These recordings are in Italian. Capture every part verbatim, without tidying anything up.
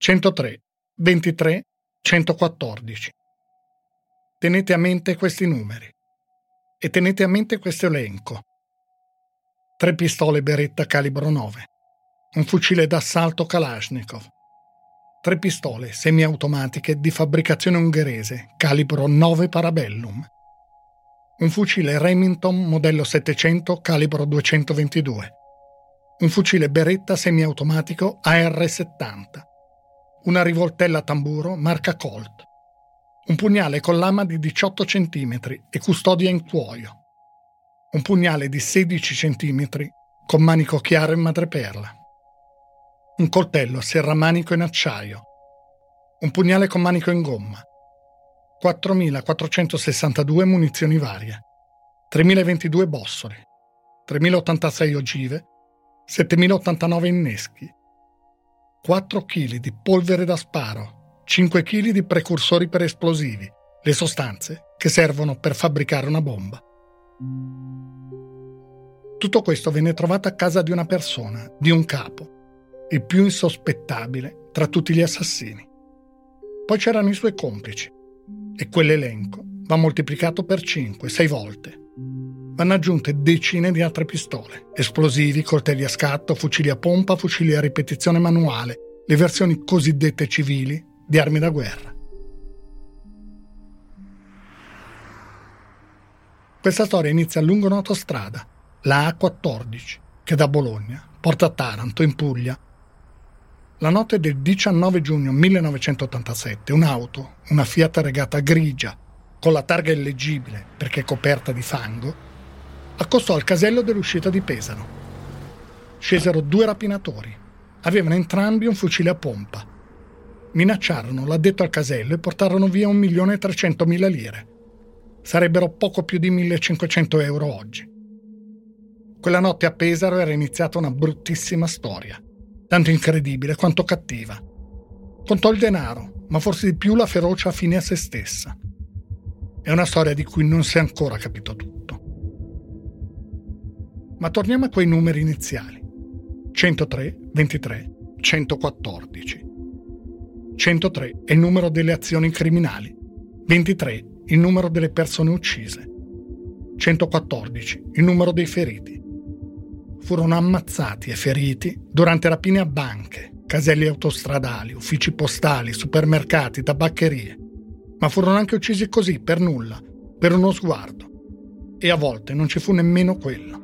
centotré, ventitré, centoquattordici. Tenete a mente questi numeri e tenete a mente questo elenco. Tre pistole Beretta calibro nove, un fucile d'assalto Kalashnikov, tre pistole semiautomatiche di fabbricazione ungherese calibro nove Parabellum, un fucile Remington modello settecento calibro duecentoventidue, un fucile Beretta semiautomatico A R settanta, una rivoltella tamburo marca Colt, un pugnale con lama di diciotto centimetri e custodia in cuoio, un pugnale di sedici centimetri con manico chiaro in madreperla, un coltello serramanico in acciaio, un pugnale con manico in gomma, quattromilaquattrocentosessantadue munizioni varie, tremilaventidue bossoli, tremilaottantasei ogive, settemilaottantanove inneschi, quattro chili di polvere da sparo, cinque chili di precursori per esplosivi, le sostanze che servono per fabbricare una bomba. Tutto questo venne trovato a casa di una persona, di un capo, il più insospettabile tra tutti gli assassini. Poi c'erano i suoi complici, e quell'elenco va moltiplicato per cinque, sei volte. Vanno aggiunte decine di altre pistole, esplosivi, coltelli a scatto, fucili a pompa, fucili a ripetizione manuale, le versioni cosiddette civili di armi da guerra. Questa storia inizia lungo un'autostrada, la A quattordici, che da Bologna porta a Taranto, in Puglia. La notte del diciannove giugno millenovecentottantasette, un'auto, una Fiat Regata grigia, con la targa illeggibile perché coperta di fango, accostò al casello dell'uscita di Pesaro. Scesero due rapinatori. Avevano entrambi un fucile a pompa. Minacciarono l'addetto al casello e portarono via un milione e trecentomila lire. Sarebbero poco più di millecinquecento euro oggi. Quella notte a Pesaro era iniziata una bruttissima storia, tanto incredibile quanto cattiva. Contò il denaro, ma forse di più la ferocia fine a se stessa. È una storia di cui non si è ancora capito tutto. Ma torniamo a quei numeri iniziali. centotré, ventitré, centoquattordici. centotré è il numero delle azioni criminali, ventitré il numero delle persone uccise, centoquattordici il numero dei feriti. Furono ammazzati e feriti durante rapine a banche, caselli autostradali, uffici postali, supermercati, tabaccherie, ma furono anche uccisi così, per nulla, per uno sguardo. E a volte non ci fu nemmeno quello.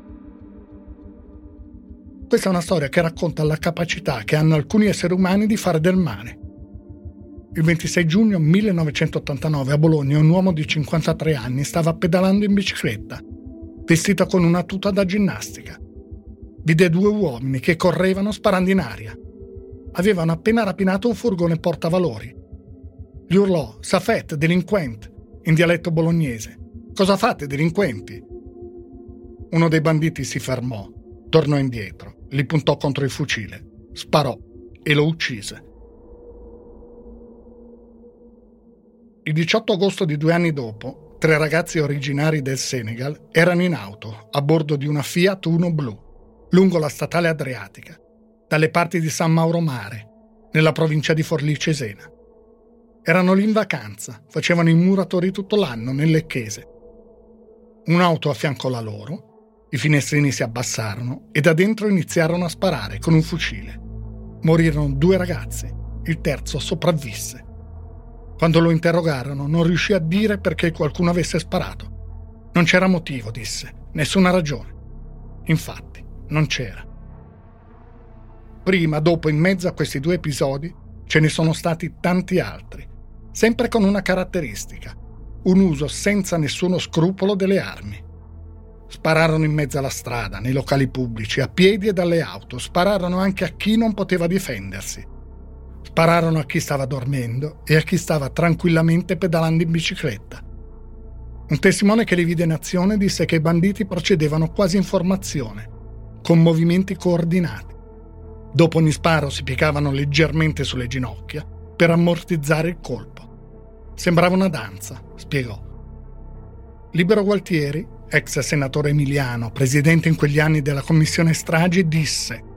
Questa è una storia che racconta la capacità che hanno alcuni esseri umani di fare del male. Il ventisei giugno millenovecentottantanove a Bologna un uomo di cinquantatré anni stava pedalando in bicicletta, vestito con una tuta da ginnastica. Vide due uomini che correvano sparando in aria. Avevano appena rapinato un furgone portavalori. Gli urlò «Safet, delinquente!» in dialetto bolognese. «Cosa fate, delinquenti?» Uno dei banditi si fermò, tornò indietro, li puntò contro il fucile, sparò e lo uccise. Il diciotto agosto di due anni dopo, tre ragazzi originari del Senegal erano in auto a bordo di una Fiat Uno blu lungo la statale Adriatica, dalle parti di San Mauro Mare, nella provincia di Forlì Cesena. Erano lì in vacanza, facevano i muratori tutto l'anno nel Lecchese. Un'auto affiancò la loro, i finestrini si abbassarono e da dentro iniziarono a sparare con un fucile. Morirono due ragazzi, il terzo sopravvisse. Quando lo interrogarono non riuscì a dire perché qualcuno avesse sparato. Non c'era motivo, disse, nessuna ragione. Infatti, non c'era. Prima, dopo, in mezzo a questi due episodi, ce ne sono stati tanti altri, sempre con una caratteristica, un uso senza nessuno scrupolo delle armi. Spararono in mezzo alla strada, nei locali pubblici, a piedi e dalle auto, spararono anche a chi non poteva difendersi. Spararono a chi stava dormendo e a chi stava tranquillamente pedalando in bicicletta. Un testimone che li vide in azione disse che i banditi procedevano quasi in formazione, con movimenti coordinati. Dopo ogni sparo si piegavano leggermente sulle ginocchia per ammortizzare il colpo. Sembrava una danza, spiegò. Libero Gualtieri, ex senatore emiliano, presidente in quegli anni della commissione stragi, disse: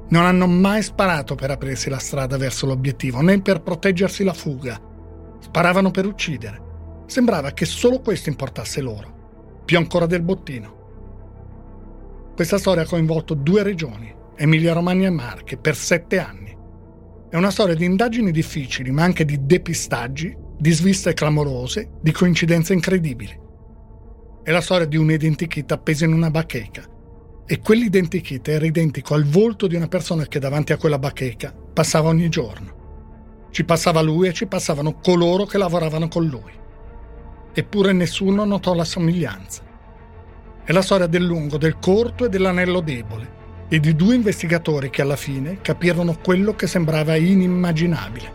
Non hanno mai sparato per aprirsi la strada verso l'obiettivo, né per proteggersi la fuga. Sparavano per uccidere. Sembrava che solo questo importasse loro, più ancora del bottino. Questa storia ha coinvolto due regioni, Emilia-Romagna e Marche, per sette anni. È una storia di indagini difficili, ma anche di depistaggi, di sviste clamorose, di coincidenze incredibili. È la storia di un identikit appeso in una bacheca. E quell'identikit era identico al volto di una persona che davanti a quella bacheca passava ogni giorno. Ci passava lui e ci passavano coloro che lavoravano con lui. Eppure nessuno notò la somiglianza. È la storia del lungo, del corto e dell'anello debole, e di due investigatori che alla fine capirono quello che sembrava inimmaginabile.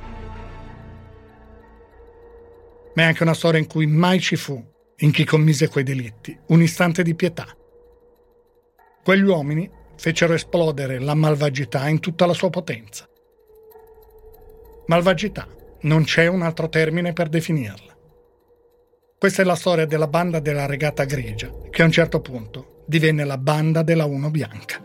Ma è anche una storia in cui mai ci fu, in chi commise quei delitti, un istante di pietà. Quegli uomini fecero esplodere la malvagità in tutta la sua potenza. Malvagità, non c'è un altro termine per definirla. Questa è la storia della banda della regata grigia, che a un certo punto divenne la banda della Uno bianca.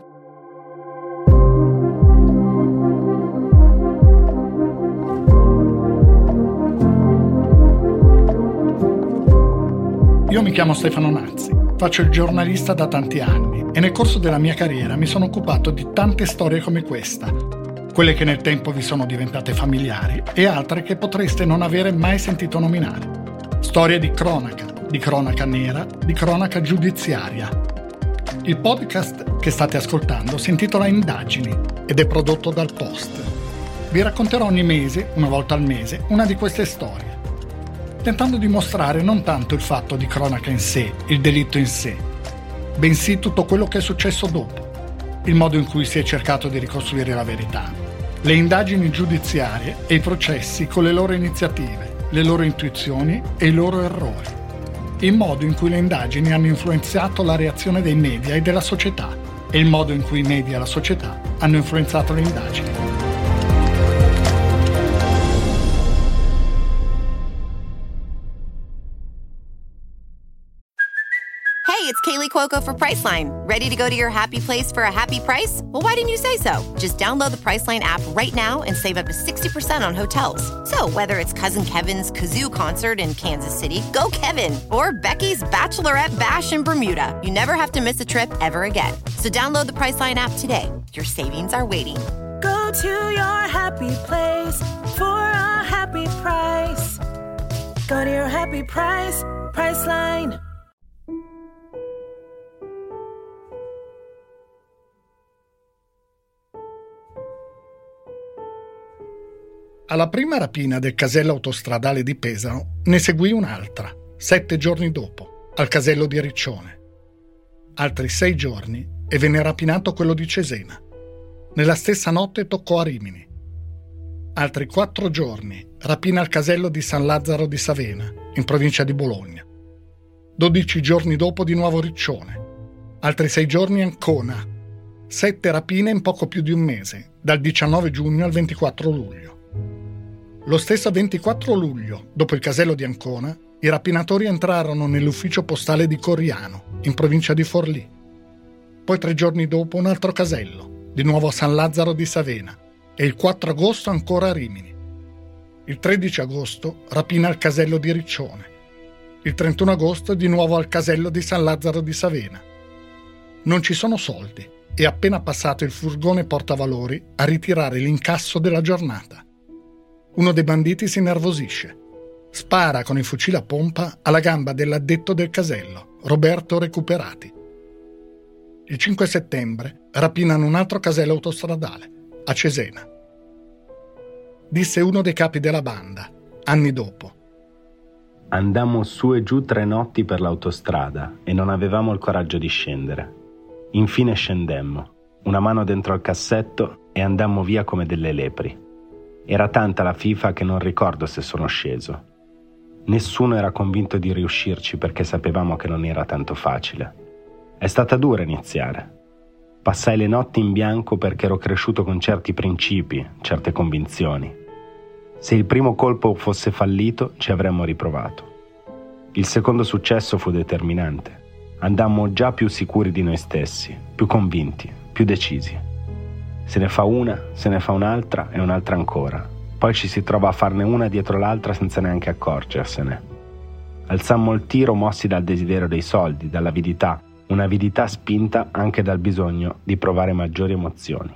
Io mi chiamo Stefano Nazzi, faccio il giornalista da tanti anni e nel corso della mia carriera mi sono occupato di tante storie come questa, quelle che nel tempo vi sono diventate familiari e altre che potreste non avere mai sentito nominare. Storie di cronaca, di cronaca nera, di cronaca giudiziaria. Il podcast che state ascoltando si intitola Indagini ed è prodotto dal Post. Vi racconterò ogni mese, una volta al mese, una di queste storie, tentando di mostrare non tanto il fatto di cronaca in sé, il delitto in sé, bensì tutto quello che è successo dopo, il modo in cui si è cercato di ricostruire la verità, le indagini giudiziarie e i processi con le loro iniziative, le loro intuizioni e i loro errori, il modo in cui le indagini hanno influenzato la reazione dei media e della società e il modo in cui i media e la società hanno influenzato le indagini. Hey, it's Kaylee Cuoco for Priceline. Ready to go to your happy place for a happy price? Well, why didn't you say so? Just download the Priceline app right now and save up to sixty percent on hotels. So whether it's Cousin Kevin's Kazoo Concert in Kansas City, go Kevin, or Becky's Bachelorette Bash in Bermuda, you never have to miss a trip ever again. So download the Priceline app today. Your savings are waiting. Go to your happy place for a happy price. Go to your happy price, Priceline. Alla prima rapina del casello autostradale di Pesaro ne seguì un'altra, sette giorni dopo, al casello di Riccione. Altri sei giorni e venne rapinato quello di Cesena. Nella stessa notte toccò a Rimini. Altri quattro giorni, rapina al casello di San Lazzaro di Savena, in provincia di Bologna. Dodici giorni dopo di nuovo Riccione. Altri sei giorni Ancona. Sette rapine in poco più di un mese, dal diciannove giugno al ventiquattro luglio. Lo stesso ventiquattro luglio, dopo il casello di Ancona, i rapinatori entrarono nell'ufficio postale di Coriano, in provincia di Forlì. Poi tre giorni dopo un altro casello, di nuovo a San Lazzaro di Savena, e il quattro agosto ancora a Rimini. Il tredici agosto rapina al casello di Riccione. Il trentuno agosto di nuovo al casello di San Lazzaro di Savena. Non ci sono soldi e appena passato il furgone portavalori a ritirare l'incasso della giornata. Uno dei banditi si innervosisce. Spara con il fucile a pompa alla gamba dell'addetto del casello, Roberto Recuperati. Il cinque settembre rapinano un altro casello autostradale, a Cesena. Disse uno dei capi della banda, anni dopo. Andammo su e giù tre notti per l'autostrada e non avevamo il coraggio di scendere. Infine scendemmo, una mano dentro al cassetto e andammo via come delle lepri. Era tanta la fifa che non ricordo se sono sceso. Nessuno era convinto di riuscirci perché sapevamo che non era tanto facile. È stata dura iniziare. Passai le notti in bianco perché ero cresciuto con certi principi, certe convinzioni. Se il primo colpo fosse fallito, ci avremmo riprovato. Il secondo successo fu determinante. Andammo già più sicuri di noi stessi, più convinti, più decisi. Se ne fa una, se ne fa un'altra e un'altra ancora. Poi ci si trova a farne una dietro l'altra senza neanche accorgersene. Alzammo il tiro mossi dal desiderio dei soldi, dall'avidità, un'avidità spinta anche dal bisogno di provare maggiori emozioni.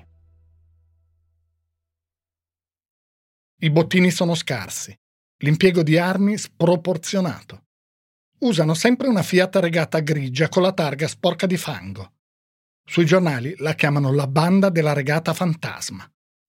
I bottini sono scarsi, l'impiego di armi sproporzionato. Usano sempre una Fiat Regata grigia con la targa sporca di fango. Sui giornali la chiamano la banda della regata fantasma.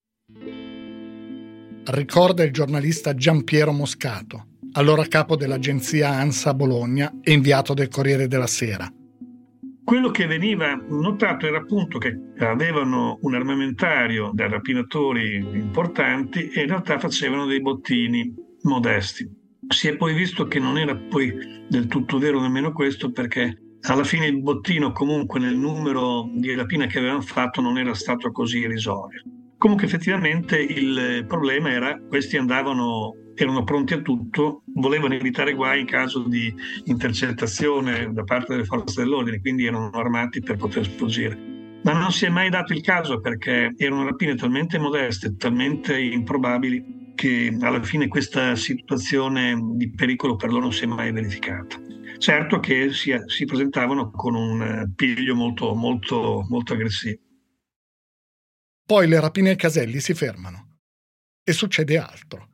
Ricorda il giornalista Giampiero Moscato, allora capo dell'agenzia ANSA Bologna e inviato del Corriere della Sera. Quello che veniva notato era appunto che avevano un armamentario da rapinatori importanti e in realtà facevano dei bottini modesti. Si è poi visto che non era poi del tutto vero nemmeno questo, perché alla fine il bottino comunque nel numero di rapine che avevano fatto non era stato così irrisorio. Comunque effettivamente il problema era questi andavano, erano pronti a tutto, volevano evitare guai in caso di intercettazione da parte delle forze dell'ordine, quindi erano armati per poter sfuggire. Ma non si è mai dato il caso perché erano rapine talmente modeste, talmente improbabili, che alla fine questa situazione di pericolo per loro non si è mai verificata. Certo che si, si presentavano con un piglio molto, molto, molto aggressivo. Poi le rapine ai caselli si fermano e succede altro.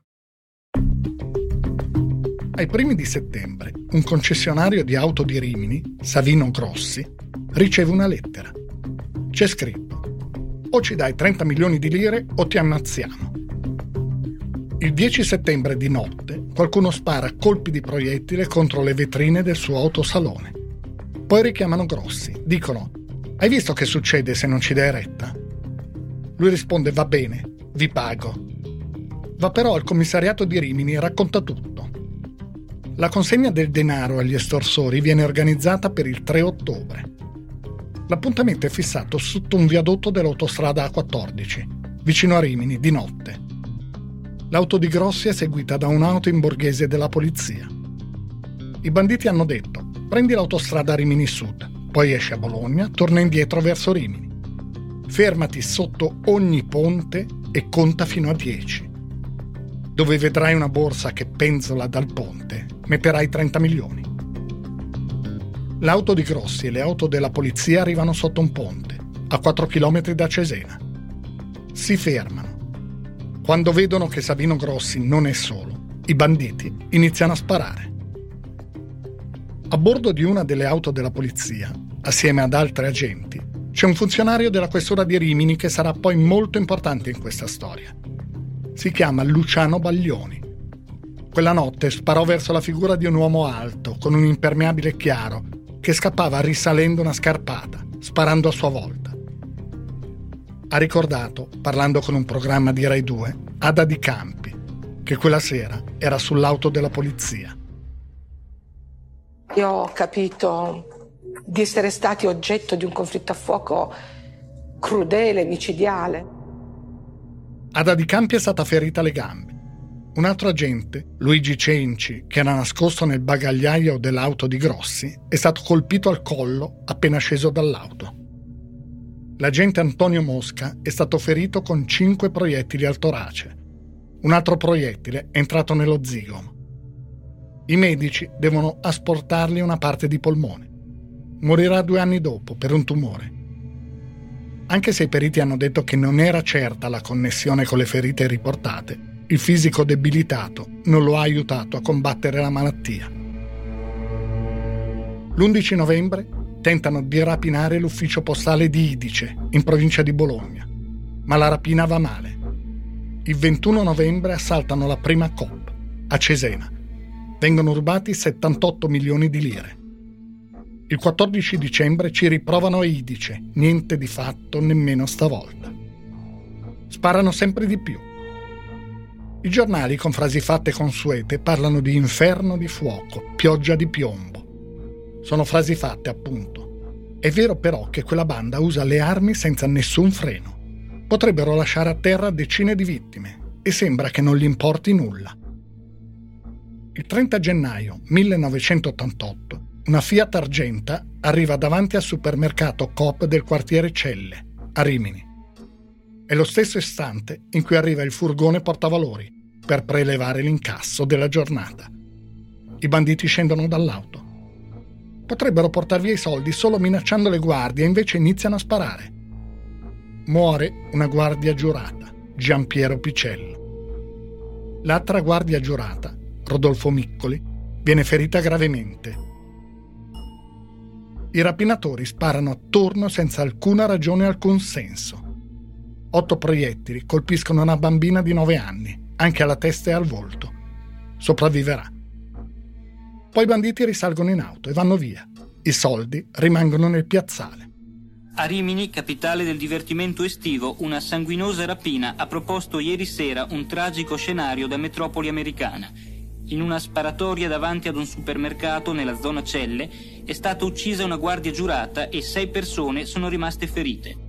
Ai primi di settembre, un concessionario di auto di Rimini, Savino Grossi, riceve una lettera. C'è scritto: o ci dai trenta milioni di lire o ti ammazziamo. Il dieci settembre di notte qualcuno spara colpi di proiettile contro le vetrine del suo autosalone. Poi richiamano Grossi, dicono: hai visto che succede se non ci dai retta? Lui risponde: va bene, vi pago. Va però al commissariato di Rimini e racconta tutto. La consegna del denaro agli estorsori viene organizzata per il tre ottobre. L'appuntamento è fissato sotto un viadotto dell'autostrada A quattordici, vicino a Rimini, di notte. L'auto di Grossi è seguita da un'auto in borghese della polizia. I banditi hanno detto: prendi l'autostrada Rimini Sud, poi esci a Bologna, torna indietro verso Rimini. Fermati sotto ogni ponte e conta fino a dieci. Dove vedrai una borsa che penzola dal ponte, metterai trenta milioni. L'auto di Grossi e le auto della polizia arrivano sotto un ponte, a quattro chilometri da Cesena. Si fermano. Quando vedono che Savino Grossi non è solo, i banditi iniziano a sparare. A bordo di una delle auto della polizia, assieme ad altri agenti, c'è un funzionario della questura di Rimini che sarà poi molto importante in questa storia. Si chiama Luciano Baglioni. Quella notte sparò verso la figura di un uomo alto, con un impermeabile chiaro, che scappava risalendo una scarpata, sparando a sua volta. Ha ricordato, parlando con un programma di Rai due, Ada Di Campi, che quella sera era sull'auto della polizia. Io ho capito di essere stati oggetto di un conflitto a fuoco crudele, micidiale. Ada Di Campi è stata ferita alle gambe. Un altro agente, Luigi Cenci, che era nascosto nel bagagliaio dell'auto di Grossi, è stato colpito al collo appena sceso dall'auto. L'agente Antonio Mosca è stato ferito con cinque proiettili al torace. Un altro proiettile è entrato nello zigomo. I medici devono asportargli una parte di polmone. Morirà due anni dopo per un tumore. Anche se i periti hanno detto che non era certa la connessione con le ferite riportate, il fisico debilitato non lo ha aiutato a combattere la malattia. L'undici novembre tentano di rapinare l'ufficio postale di Idice, in provincia di Bologna, ma la rapina va male. Il ventuno novembre assaltano la prima Coop, a Cesena. Vengono rubati settantotto milioni di lire. Il quattordici dicembre ci riprovano a Idice, niente di fatto nemmeno stavolta. Sparano sempre di più. I giornali, con frasi fatte consuete, parlano di inferno di fuoco, pioggia di piombo. Sono frasi fatte, appunto. È vero però che quella banda usa le armi senza nessun freno. Potrebbero lasciare a terra decine di vittime e sembra che non gli importi nulla. Il trenta gennaio millenovecentottantotto una Fiat Argenta arriva davanti al supermercato Coop del quartiere Celle, a Rimini. È lo stesso istante in cui arriva il furgone portavalori per prelevare l'incasso della giornata. I banditi scendono dall'auto. Potrebbero portar via i soldi solo minacciando le guardie e invece iniziano a sparare. Muore una guardia giurata, Giampiero Picello. L'altra guardia giurata, Rodolfo Miccoli, viene ferita gravemente. I rapinatori sparano attorno senza alcuna ragione e alcun senso. Otto proiettili colpiscono una bambina di nove anni, anche alla testa e al volto. Sopravviverà. Poi i banditi risalgono in auto e vanno via. I soldi rimangono nel piazzale. A Rimini, capitale del divertimento estivo, una sanguinosa rapina ha proposto ieri sera un tragico scenario da metropoli americana. In una sparatoria davanti ad un supermercato nella zona Celle è stata uccisa una guardia giurata e sei persone sono rimaste ferite.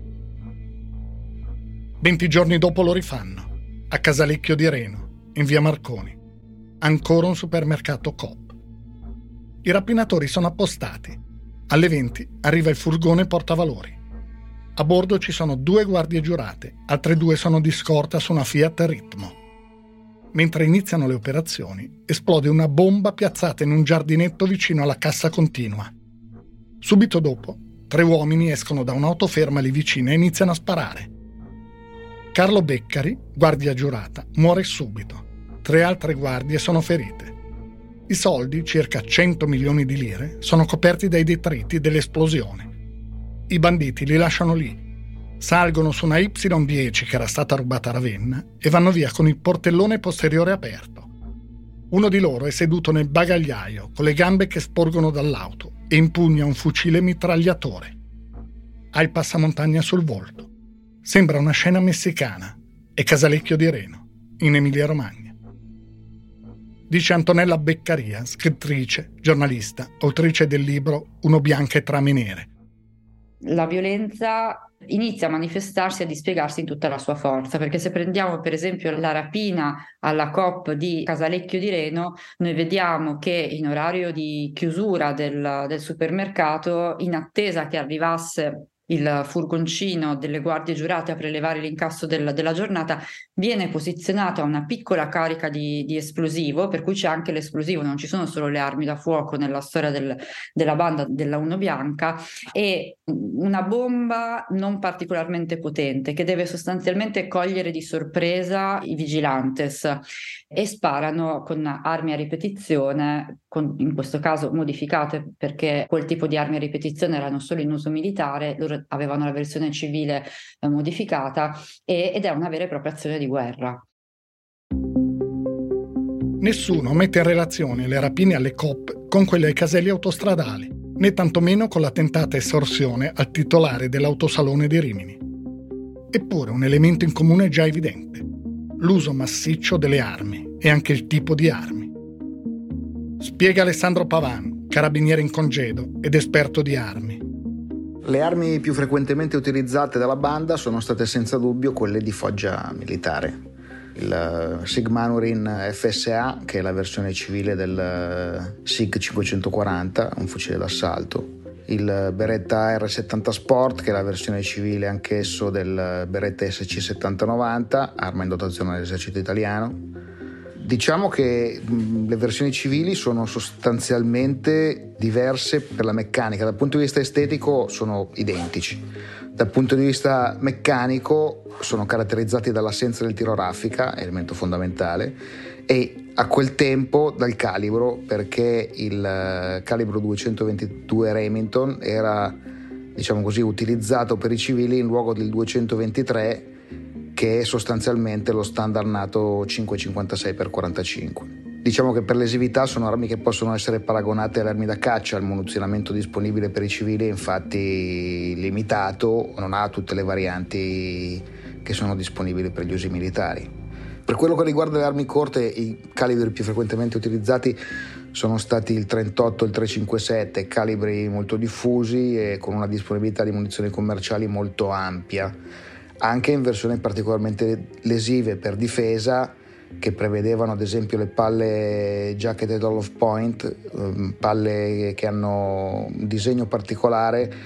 Venti giorni dopo lo rifanno, a Casalecchio di Reno, in via Marconi. Ancora un supermercato Coop. I rapinatori sono appostati. Alle venti arriva il furgone portavalori. A bordo ci sono due guardie giurate, altre due sono di scorta su una Fiat Ritmo. Mentre iniziano le operazioni, esplode una bomba piazzata in un giardinetto vicino alla cassa continua. Subito dopo, tre uomini escono da un'auto ferma lì vicina e iniziano a sparare. Carlo Beccari, guardia giurata, muore subito. Tre altre guardie sono ferite. I soldi, circa cento milioni di lire, sono coperti dai detriti dell'esplosione. I banditi li lasciano lì, salgono su una Y dieci che era stata rubata a Ravenna e vanno via con il portellone posteriore aperto. Uno di loro è seduto nel bagagliaio con le gambe che sporgono dall'auto e impugna un fucile mitragliatore. Ha il passamontagna sul volto. Sembra una scena messicana. È Casalecchio di Reno, in Emilia-Romagna. Dice Antonella Beccaria, scrittrice, giornalista, autrice del libro Uno bianco e trame nere. La violenza inizia a manifestarsi e a dispiegarsi in tutta la sua forza, perché se prendiamo per esempio la rapina alla Coop di Casalecchio di Reno, noi vediamo che in orario di chiusura del, del supermercato, in attesa che arrivasse il furgoncino delle guardie giurate a prelevare l'incasso del, della giornata, viene posizionata una piccola carica di, di esplosivo, per cui c'è anche l'esplosivo, non ci sono solo le armi da fuoco nella storia del, della banda della Uno Bianca, e una bomba non particolarmente potente che deve sostanzialmente cogliere di sorpresa i vigilantes, e sparano con armi a ripetizione, con, in questo caso modificate, perché quel tipo di armi a ripetizione erano solo in uso militare, loro avevano la versione civile eh, modificata, e, ed è una vera e propria azione di guerra. Nessuno mette in relazione le rapine alle Coop con quelle ai caselli autostradali, né tantomeno con la tentata estorsione al titolare dell'autosalone di Rimini. Eppure un elemento in comune è già evidente: l'uso massiccio delle armi e anche il tipo di armi. Spiega Alessandro Pavan, carabiniere in congedo ed esperto di armi. Le armi più frequentemente utilizzate dalla banda sono state senza dubbio quelle di foggia militare. Il Sigmanurin F S A, che è la versione civile del Sig cinquecentoquaranta, un fucile d'assalto. Il Beretta R settanta Sport, che è la versione civile anch'esso del Beretta S C settanta novanta, arma in dotazione all'esercito italiano. Diciamo che le versioni civili sono sostanzialmente diverse per la meccanica. Dal punto di vista estetico sono identici. Dal punto di vista meccanico sono caratterizzati dall'assenza del tiro raffica, elemento fondamentale, e a quel tempo dal calibro, perché il calibro duecentoventidue Remington era, diciamo così, utilizzato per i civili in luogo del duecentoventitré, che è sostanzialmente lo standard NATO cinquecentocinquantasei per quarantacinque. Diciamo che per l'esività sono armi che possono essere paragonate alle armi da caccia. Il munizionamento disponibile per i civili è infatti limitato, non ha tutte le varianti che sono disponibili per gli usi militari. Per quello che riguarda le armi corte, i calibri più frequentemente utilizzati sono stati il trentotto e il trecentocinquantasette, calibri molto diffusi e con una disponibilità di munizioni commerciali molto ampia, anche in versioni particolarmente lesive per difesa, che prevedevano ad esempio le palle Jacketed Hollow Point, palle che hanno un disegno particolare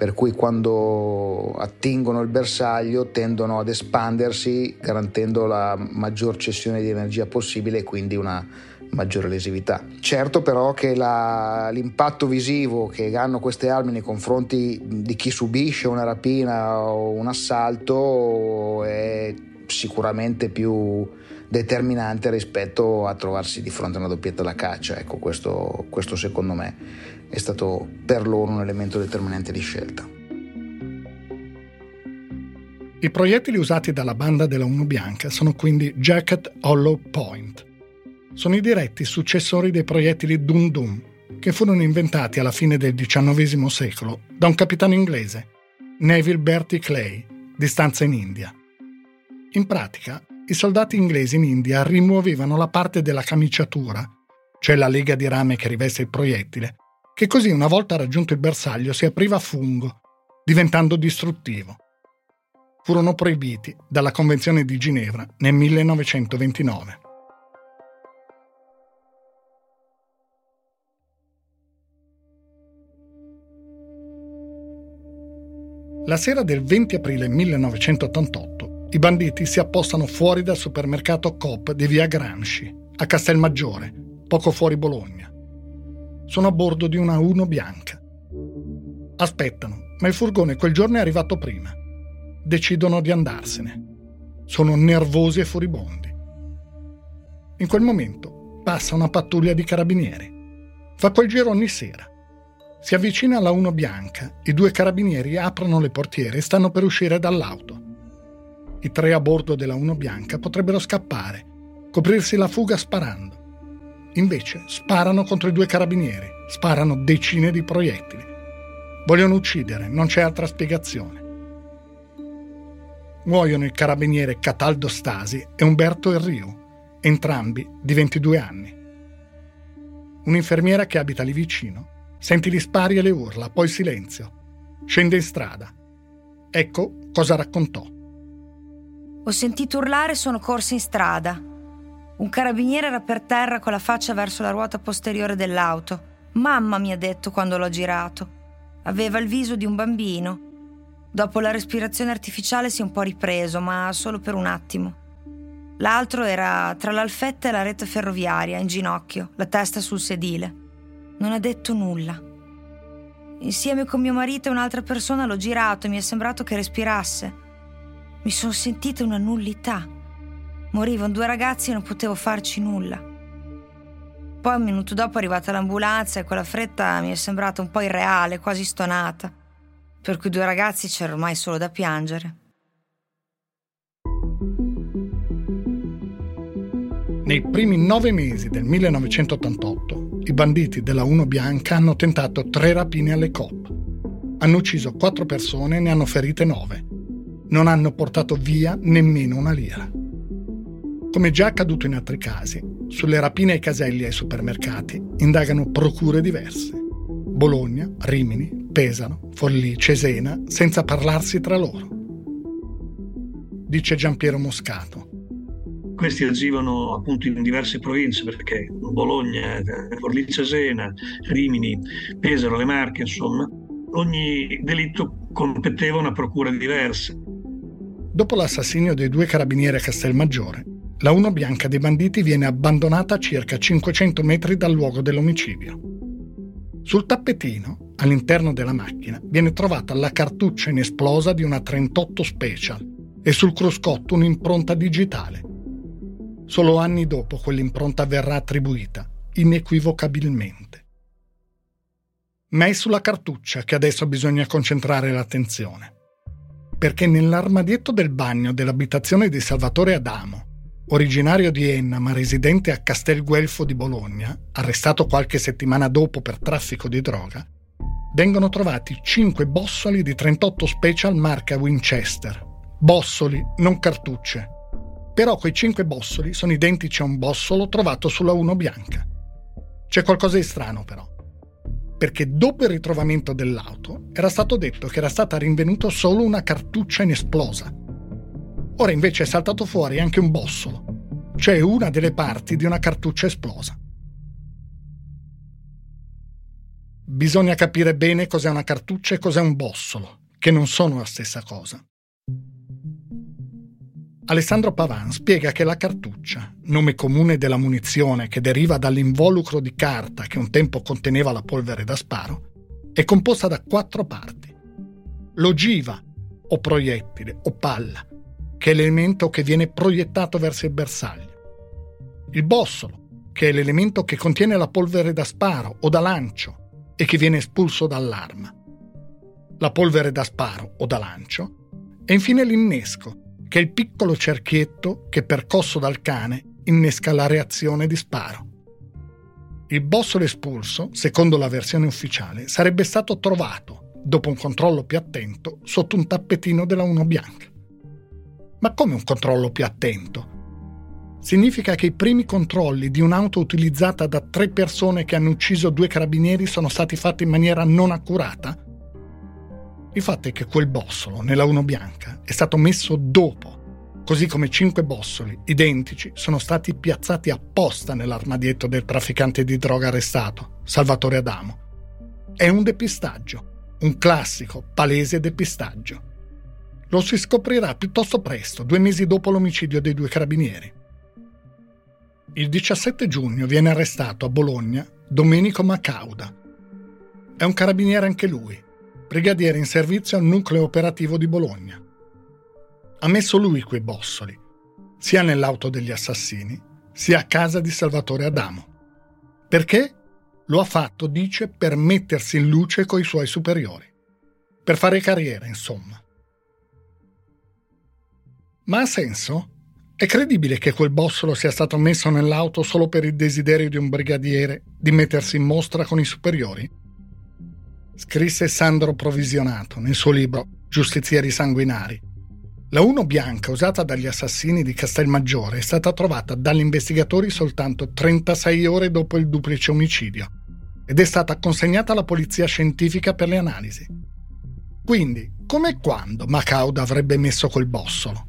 per cui quando attingono il bersaglio tendono ad espandersi garantendo la maggior cessione di energia possibile e quindi una maggiore lesività. Certo però che la, l'impatto visivo che hanno queste armi nei confronti di chi subisce una rapina o un assalto è sicuramente più determinante rispetto a trovarsi di fronte a una doppietta da caccia. Ecco, questo, questo secondo me è stato per loro un elemento determinante di scelta. I proiettili usati dalla banda della Uno Bianca sono quindi Jacket Hollow Point. Sono i diretti successori dei proiettili Dum Dum, che furono inventati alla fine del diciannovesimo secolo da un capitano inglese, Neville Bertie Clay, di stanza in India. In pratica, i soldati inglesi in India rimuovevano la parte della camiciatura, cioè la lega di rame che riveste il proiettile, che così una volta raggiunto il bersaglio si apriva a fungo, diventando distruttivo. Furono proibiti dalla Convenzione di Ginevra nel millenovecentoventinove. La sera del venti aprile millenovecentottantotto i banditi si appostano fuori dal supermercato Coop di via Gramsci, a Castelmaggiore, poco fuori Bologna. Sono a bordo di una Uno Bianca. Aspettano, ma il furgone quel giorno è arrivato prima. Decidono di andarsene. Sono nervosi e furibondi. In quel momento passa una pattuglia di carabinieri. Fa quel giro ogni sera. Si avvicina alla Uno Bianca, i due carabinieri aprono le portiere e stanno per uscire dall'auto. I tre a bordo della Uno Bianca potrebbero scappare, coprirsi la fuga sparando. Invece sparano contro i due carabinieri, sparano decine di proiettili. Vogliono uccidere, non c'è altra spiegazione. Muoiono il carabiniere Cataldo Stasi e Umberto Erriu, entrambi di ventidue anni. Un'infermiera che abita lì vicino sente gli spari e le urla, poi silenzio. Scende in strada. Ecco cosa raccontò. Ho sentito urlare e sono corsa in strada. Un carabiniere era per terra con la faccia verso la ruota posteriore dell'auto. Mamma, mi ha detto quando l'ho girato. Aveva il viso di un bambino. Dopo la respirazione artificiale si è un po' ripreso, ma solo per un attimo. L'altro era tra l'alfetta e la rete ferroviaria, in ginocchio, la testa sul sedile. Non ha detto nulla. Insieme con mio marito e un'altra persona l'ho girato e mi è sembrato che respirasse. Mi sono sentita una nullità. Morivano due ragazzi e non potevo farci nulla. Poi un minuto dopo è arrivata l'ambulanza e quella fretta mi è sembrata un po' irreale, quasi stonata. Per quei due ragazzi c'era ormai solo da piangere. Nei primi nove mesi del millenovecentottantotto, i banditi della Uno Bianca hanno tentato tre rapine alle Coop. Hanno ucciso quattro persone e ne hanno ferite nove. Non hanno portato via nemmeno una lira. Come già accaduto in altri casi, sulle rapine ai caselli e ai supermercati indagano procure diverse. Bologna, Rimini, Pesaro, Forlì, Cesena, senza parlarsi tra loro. Dice Giampiero Moscato. Questi agivano appunto in diverse province, perché Bologna, Forlì, Cesena, Rimini, Pesaro, le Marche, insomma, ogni delitto competeva a una procura diversa. Dopo l'assassinio dei due carabinieri a Castelmaggiore, la Uno Bianca dei banditi viene abbandonata a circa cinquecento metri dal luogo dell'omicidio. Sul tappetino, all'interno della macchina, viene trovata la cartuccia inesplosa di una trentotto Special e sul cruscotto un'impronta digitale. Solo anni dopo quell'impronta verrà attribuita, inequivocabilmente. Ma è sulla cartuccia che adesso bisogna concentrare l'attenzione. Perché nell'armadietto del bagno dell'abitazione di Salvatore Adamo, originario di Enna ma residente a Castelguelfo di Bologna, arrestato qualche settimana dopo per traffico di droga, vengono trovati cinque bossoli di trentotto Special marca Winchester. Bossoli, non cartucce. Però quei cinque bossoli sono identici a un bossolo trovato sulla Uno Bianca. C'è qualcosa di strano però, perché dopo il ritrovamento dell'auto era stato detto che era stata rinvenuta solo una cartuccia inesplosa. Ora invece è saltato fuori anche un bossolo, cioè una delle parti di una cartuccia esplosa. bisogna capire bene cos'è una cartuccia e cos'è un bossolo, che non sono la stessa cosa. Alessandro Pavan spiega che la cartuccia, nome comune della munizione che deriva dall'involucro di carta che un tempo conteneva la polvere da sparo, è composta da quattro parti. L'ogiva, o proiettile, o palla, che è l'elemento che viene proiettato verso il bersaglio. Il bossolo, che è l'elemento che contiene la polvere da sparo o da lancio e che viene espulso dall'arma. La polvere da sparo o da lancio. E infine l'innesco, che è il piccolo cerchietto che, percosso dal cane, innesca la reazione di sparo. Il bossolo espulso, secondo la versione ufficiale, sarebbe stato trovato, dopo un controllo più attento, sotto un tappetino della Uno Bianca. Ma come un controllo più attento? Significa che i primi controlli di un'auto utilizzata da tre persone che hanno ucciso due carabinieri sono stati fatti in maniera non accurata? Il fatto è che quel bossolo, nella Uno Bianca, è stato messo dopo, così come cinque bossoli identici sono stati piazzati apposta nell'armadietto del trafficante di droga arrestato, Salvatore Adamo. È un depistaggio, un classico, palese depistaggio. Lo si scoprirà piuttosto presto, due mesi dopo l'omicidio dei due carabinieri. Il diciassette giugno viene arrestato a Bologna Domenico Macauda. È un carabiniere anche lui, brigadiere in servizio al nucleo operativo di Bologna. Ha messo lui quei bossoli, sia nell'auto degli assassini, sia a casa di Salvatore Adamo. Perché? Lo ha fatto, dice, per mettersi in luce coi suoi superiori. Per fare carriera, insomma. Ma ha senso? È credibile che quel bossolo sia stato messo nell'auto solo per il desiderio di un brigadiere di mettersi in mostra con i superiori? Scrisse Sandro Provisionato nel suo libro Giustizieri sanguinari. La Uno Bianca usata dagli assassini di Castelmaggiore è stata trovata dagli investigatori soltanto trentasei ore dopo il duplice omicidio ed è stata consegnata alla polizia scientifica per le analisi. Quindi, come e quando Macauda avrebbe messo quel bossolo?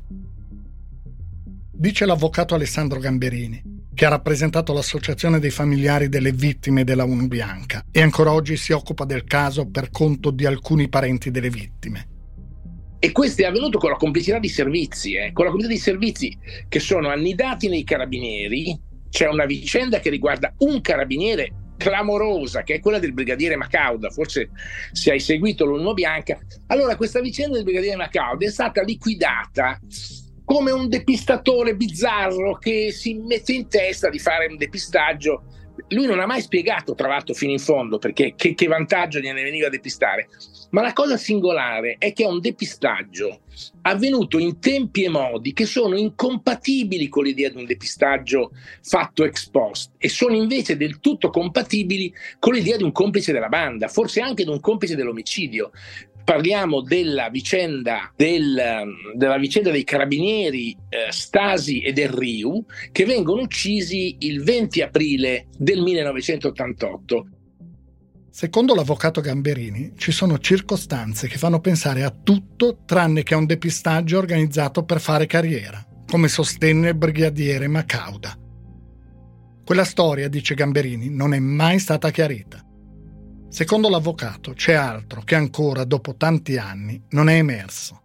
Dice l'avvocato Alessandro Gamberini, che ha rappresentato l'associazione dei familiari delle vittime della Uno Bianca e ancora oggi si occupa del caso per conto di alcuni parenti delle vittime. E questo è avvenuto con la complicità di servizi, eh? con la complicità di servizi che sono annidati nei carabinieri. C'è una vicenda che riguarda un carabiniere clamorosa, che è quella del brigadiere Macauda. Forse se hai seguito l'Uno Bianca. Allora, questa vicenda del brigadiere Macauda è stata liquidata come un depistatore bizzarro che si mette in testa di fare un depistaggio. Lui non ha mai spiegato, tra l'altro, fino in fondo perché che, che vantaggio gliene veniva a depistare. Ma la cosa singolare è che è un depistaggio avvenuto in tempi e modi che sono incompatibili con l'idea di un depistaggio fatto ex post e sono invece del tutto compatibili con l'idea di un complice della banda, forse anche di un complice dell'omicidio. Parliamo della vicenda, del, della vicenda dei carabinieri eh, Stasi e Del Riu, che vengono uccisi il venti aprile del millenovecentottantotto. Secondo l'avvocato Gamberini, ci sono circostanze che fanno pensare a tutto tranne che a un depistaggio organizzato per fare carriera, come sostenne il brigadiere Macauda. Quella storia, dice Gamberini, non è mai stata chiarita. Secondo l'avvocato c'è altro che ancora, dopo tanti anni, non è emerso.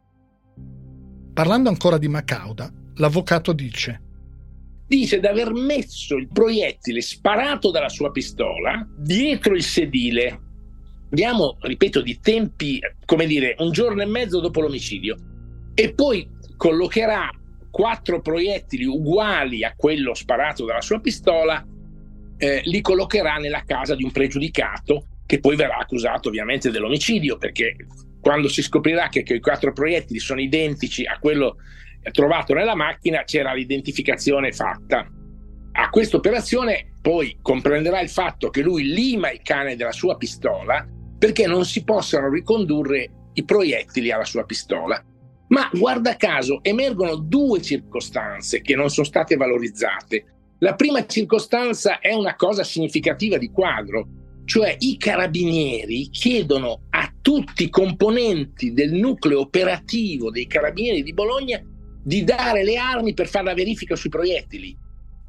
Parlando ancora di Macauda, l'avvocato dice Dice di aver messo il proiettile sparato dalla sua pistola dietro il sedile. Andiamo, ripeto, di tempi, come dire, un giorno e mezzo dopo l'omicidio. E poi collocherà quattro proiettili uguali a quello sparato dalla sua pistola, eh, li collocherà nella casa di un pregiudicato che poi verrà accusato ovviamente dell'omicidio, perché quando si scoprirà che, che i quattro proiettili sono identici a quello trovato nella macchina, c'era l'identificazione fatta. A questa operazione poi comprenderà il fatto che lui lima il cane della sua pistola perché non si possano ricondurre i proiettili alla sua pistola. Ma guarda caso emergono due circostanze che non sono state valorizzate. La prima circostanza è una cosa significativa di quadro, cioè i carabinieri chiedono a tutti i componenti del nucleo operativo dei carabinieri di Bologna di dare le armi per fare la verifica sui proiettili.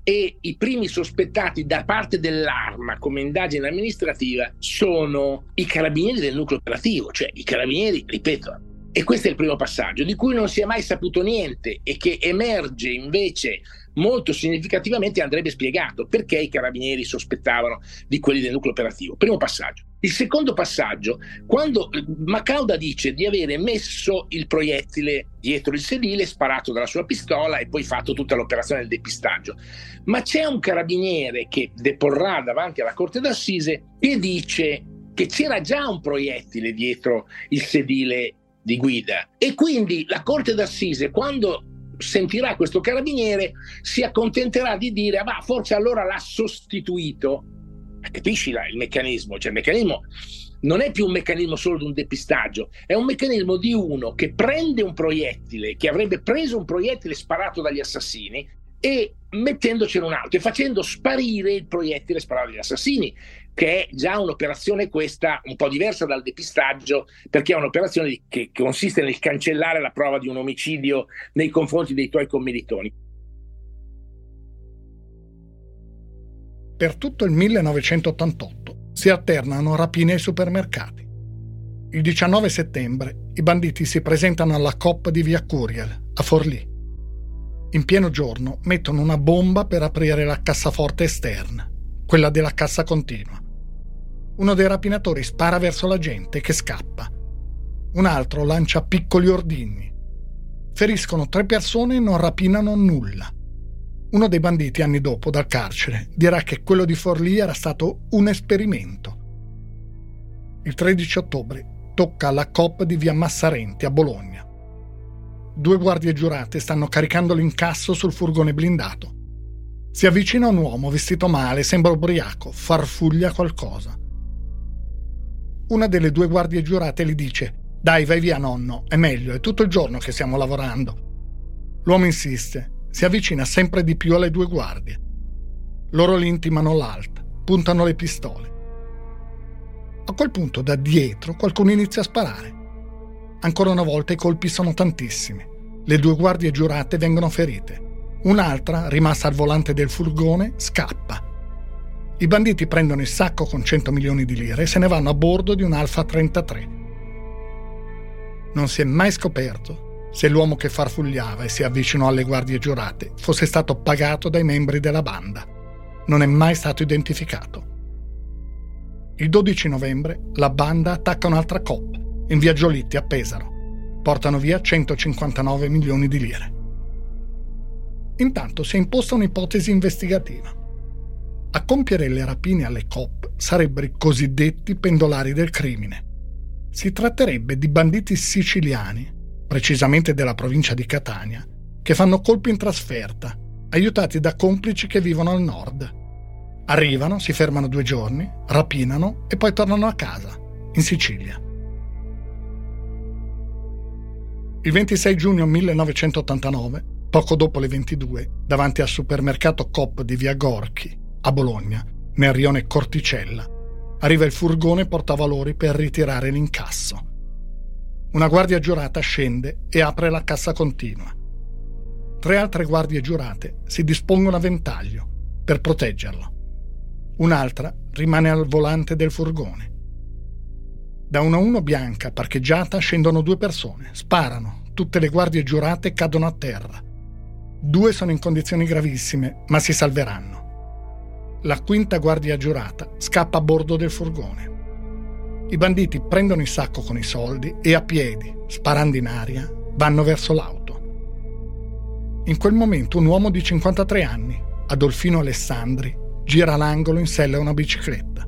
e i primi sospettati da parte dell'Arma come indagine amministrativa sono i carabinieri del nucleo operativo, cioè i carabinieri, ripeto. E questo è il primo passaggio, di cui non si è mai saputo niente e che emerge invece molto significativamente. Andrebbe spiegato perché i carabinieri sospettavano di quelli del nucleo operativo. Primo passaggio. Il secondo passaggio, quando Macauda dice di avere messo il proiettile dietro il sedile, sparato dalla sua pistola e poi fatto tutta l'operazione del depistaggio. Ma c'è un carabiniere che deporrà davanti alla corte d'assise che dice che c'era già un proiettile dietro il sedile di guida, e quindi la corte d'assise, quando sentirà questo carabiniere, si accontenterà di dire ah, bah, forse allora l'ha sostituito. Capisci là, il meccanismo? Cioè il meccanismo non è più un meccanismo solo di un depistaggio, è un meccanismo di uno che prende un proiettile, che avrebbe preso un proiettile sparato dagli assassini, e mettendocene un altro e facendo sparire il proiettile sparato dagli assassini, che è già un'operazione questa un po' diversa dal depistaggio, perché è un'operazione che consiste nel cancellare la prova di un omicidio nei confronti dei tuoi commilitoni. Per tutto il millenovecentottantotto si alternano rapine ai supermercati. Il diciannove settembre i banditi si presentano alla Coop di via Curiel, a Forlì. In pieno giorno mettono una bomba per aprire la cassaforte esterna, quella della cassa continua. Uno dei rapinatori spara verso la gente che scappa. Un altro lancia piccoli ordigni. Feriscono tre persone e non rapinano nulla. Uno dei banditi, anni dopo, dal carcere, dirà che quello di Forlì era stato un esperimento. Il tredici ottobre tocca alla Coop di via Massarenti, a Bologna. Due guardie giurate stanno caricando l'incasso sul furgone blindato. Si avvicina un uomo vestito male, sembra ubriaco, farfuglia qualcosa. Una delle due guardie giurate gli dice «Dai, vai via nonno, è meglio, è tutto il giorno che stiamo lavorando». L'uomo insiste, si avvicina sempre di più alle due guardie. Loro gli intimano l'alt, puntano le pistole. A quel punto da dietro qualcuno inizia a sparare. Ancora una volta i colpi sono tantissimi. Le due guardie giurate vengono ferite. Un'altra, rimasta al volante del furgone, scappa. I banditi prendono il sacco con cento milioni di lire e se ne vanno a bordo di un Alfa trentatré. Non si è mai scoperto se l'uomo che farfugliava e si avvicinò alle guardie giurate fosse stato pagato dai membri della banda. Non è mai stato identificato. Il dodici novembre la banda attacca un'altra Coop in via Giolitti a Pesaro. Portano via centocinquantanove milioni di lire. Intanto si è imposta un'ipotesi investigativa. A compiere le rapine alle Coop sarebbero i cosiddetti pendolari del crimine. Si tratterebbe di banditi siciliani, precisamente della provincia di Catania, che fanno colpi in trasferta, aiutati da complici che vivono al nord. Arrivano, si fermano due giorni, rapinano e poi tornano a casa, in Sicilia. Il ventisei giugno millenovecentottantanove, poco dopo le ventidue, davanti al supermercato Coop di via Gorchi, a Bologna, nel rione Corticella, arriva il furgone portavalori per ritirare l'incasso. Una guardia giurata scende e apre la cassa continua. Tre altre guardie giurate si dispongono a ventaglio per proteggerlo. Un'altra rimane al volante del furgone. Da una uno bianca parcheggiata scendono due persone, sparano, tutte le guardie giurate cadono a terra. Due sono in condizioni gravissime, ma si salveranno. La quinta guardia giurata scappa a bordo del furgone. I banditi prendono il sacco con i soldi e a piedi, sparando in aria, vanno verso l'auto. In quel momento un uomo di cinquantatré anni, Adolfino Alessandri, gira l'angolo in sella a una bicicletta.